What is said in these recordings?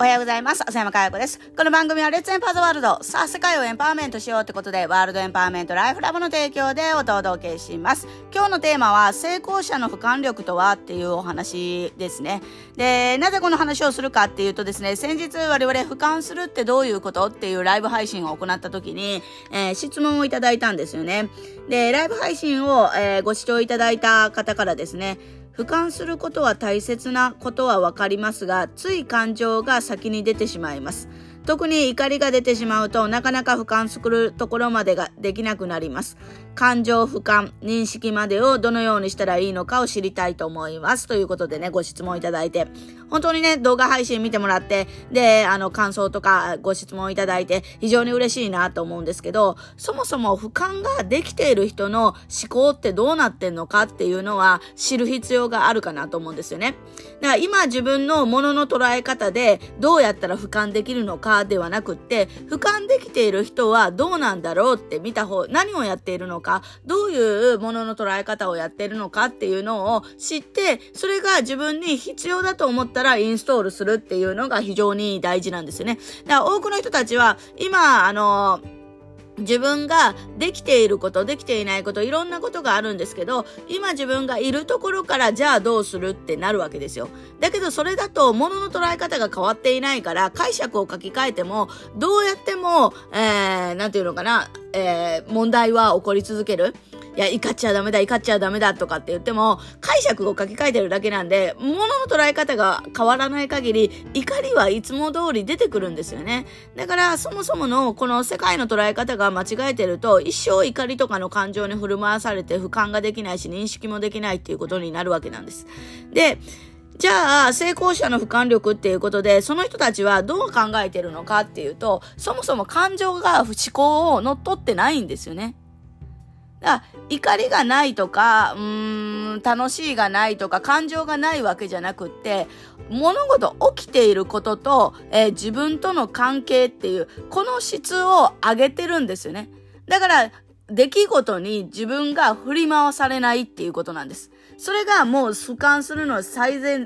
おはようございます。浅山かや子です。この番組はレッツエンパーズワールド。さあ、世界をエンパワーメントしようってことで、ワールドエンパワーメントライフラボの提供でお届けします。今日のテーマは、成功者の俯瞰力とはっていうお話ですね。で、なぜこの話をするかっていうとですね、先日我々俯瞰するってどういうことっていうライブ配信を行った時に、質問をいただいたんですよね。で、ライブ配信を、ご視聴いただいた方からですね、俯瞰することは大切なことはわかりますが、つい感情が先に出てしまいます。特に怒りが出てしまうとなかなか俯瞰するところまでができなくなります。感情俯瞰、認識までをどのようにしたらいいのかを知りたいと思います。ということでね、ご質問いただいて、本当にね、動画配信見てもらって、で、感想とかご質問いただいて、非常に嬉しいなと思うんですけど、そもそも俯瞰ができている人の思考ってどうなってんのかっていうのは知る必要があるかなと思うんですよね。だから今自分のものの捉え方でどうやったら俯瞰できるのかではなくって、俯瞰できている人はどうなんだろうって見た方、何をやっているのか、どういうものの捉え方をやっているのかっていうのを知って、それが自分に必要だと思ったらインストールするっていうのが非常に大事なんですよね。だから多くの人たちは今自分ができていること、できていないこと、いろんなことがあるんですけど、今自分がいるところからじゃあどうするってなるわけですよ。だけどそれだと物の捉え方が変わっていないから、解釈を書き換えても、どうやっても、なんていうのかな、問題は起こり続ける。いや、怒っちゃダメだとかって言っても、解釈を書き換えてるだけなんで、物の捉え方が変わらない限り、怒りはいつも通り出てくるんですよね。だから、そもそものこの世界の捉え方が間違えてると、一生怒りとかの感情に振る舞わされて、俯瞰ができないし、認識もできないっていうことになるわけなんです。で、じゃあ、成功者の俯瞰力っていうことで、その人たちはどう考えてるのかっていうと、そもそも感情が思考を乗っ取ってないんですよね。怒りがないとか、楽しいがないとか、感情がないわけじゃなくって、物事起きていることと、自分との関係っていう、この質を上げてるんですよね。だから、出来事に自分が振り回されないっていうことなんです。それがもう俯瞰するの最前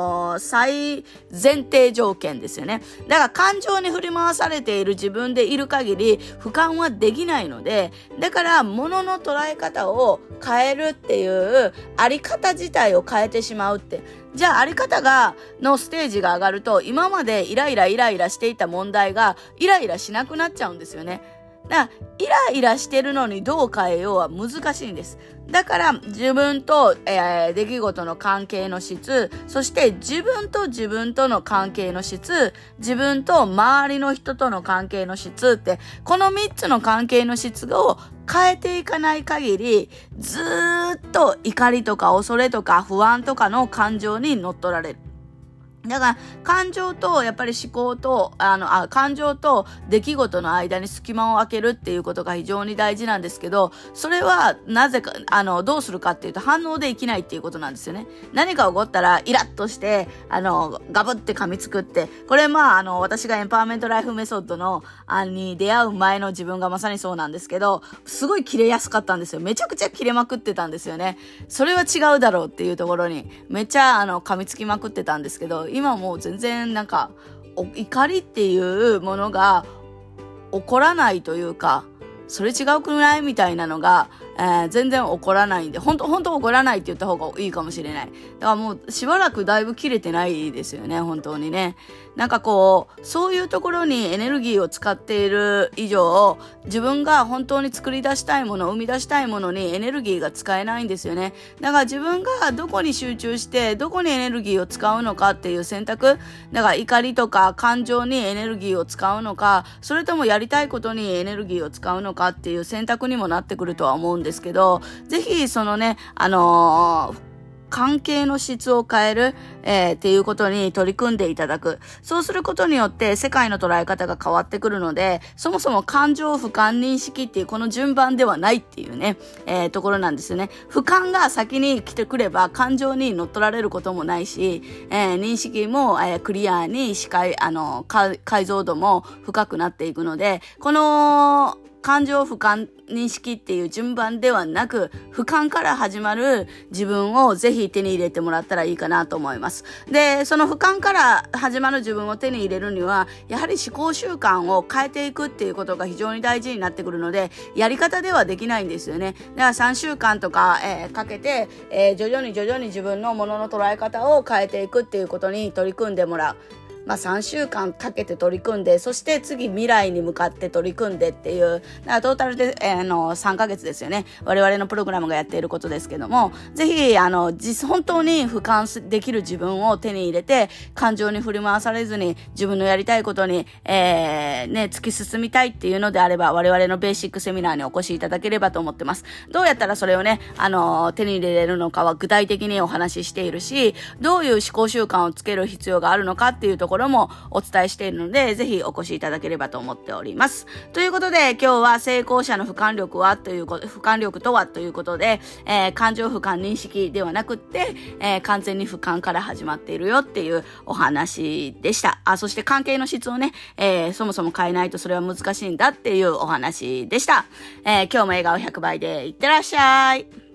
提条件ですよね。だから感情に振り回されている自分でいる限り俯瞰はできないので、だから物の捉え方を変えるっていうあり方自体を変えてしまうって。じゃああり方のステージが上がると、今までイライラしていた問題がイライラしなくなっちゃうんですよね。だからイライラしてるのにどう変えようは難しいんです。だから自分と、出来事の関係の質、そして自分との関係の質、自分と周りの人との関係の質って、この3つの関係の質を変えていかない限り、ずーっと怒りとか恐れとか不安とかの感情に乗っ取られる。だから感情とやっぱり思考と感情と出来事の間に隙間を空けるっていうことが非常に大事なんですけど、それはなぜかどうするかっていうと、反応できないっていうことなんですよね。何か起こったらイラッとしてガブって噛みつくって、これ私がエンパワーメントライフメソッドのに出会う前の自分がまさにそうなんですけど、すごい切れやすかったんですよ。めちゃくちゃ切れまくってたんですよね。それは違うだろうっていうところにめっちゃ噛みつきまくってたんですけど、今もう全然怒りっていうものが起こらないというか、それ違うくらいみたいなのが、全然起こらないんで、本当起こらないって言った方がいいかもしれない。だからもうしばらくだいぶ切れてないですよね、本当にね。そういうところにエネルギーを使っている以上、自分が本当に作り出したいもの、生み出したいものにエネルギーが使えないんですよね。だから自分がどこに集中して、どこにエネルギーを使うのかっていう選択、だから怒りとか感情にエネルギーを使うのか、それともやりたいことにエネルギーを使うのかっていう選択にもなってくるとは思うんですけど、ぜひそのね、関係の質を変える、っていうことに取り組んでいただく。そうすることによって世界の捉え方が変わってくるので、そもそも感情俯瞰認識っていうこの順番ではないっていうね、ところなんですよね。俯瞰が先に来てくれば感情に乗っ取られることもないし、認識も、クリアに解像度も深くなっていくので、この感情俯瞰認識っていう順番ではなく、俯瞰から始まる自分をぜひ手に入れてもらったらいいかなと思います。で、その俯瞰から始まる自分を手に入れるには、やはり思考習慣を変えていくっていうことが非常に大事になってくるので、やり方ではできないんですよね。だから3週間とか、かけて、徐々に自分のものの捉え方を変えていくっていうことに取り組んでもらう。3週間かけて取り組んで、そして次未来に向かって取り組んでっていう、だからトータルで、3ヶ月ですよね。我々のプログラムがやっていることですけども、ぜひ、本当に俯瞰できる自分を手に入れて、感情に振り回されずに、自分のやりたいことに、突き進みたいっていうのであれば、我々のベーシックセミナーにお越しいただければと思ってます。どうやったらそれをね、手に入れれるのかは具体的にお話ししているし、どういう思考習慣をつける必要があるのかっていうところもお伝えしているので、ぜひお越しいただければと思っております。ということで、今日は成功者の俯瞰力とはということで、感情俯瞰認識ではなくって、完全に俯瞰から始まっているよっていうお話でした。そして関係の質をね、そもそも変えないとそれは難しいんだっていうお話でした。今日も笑顔100倍でいってらっしゃい。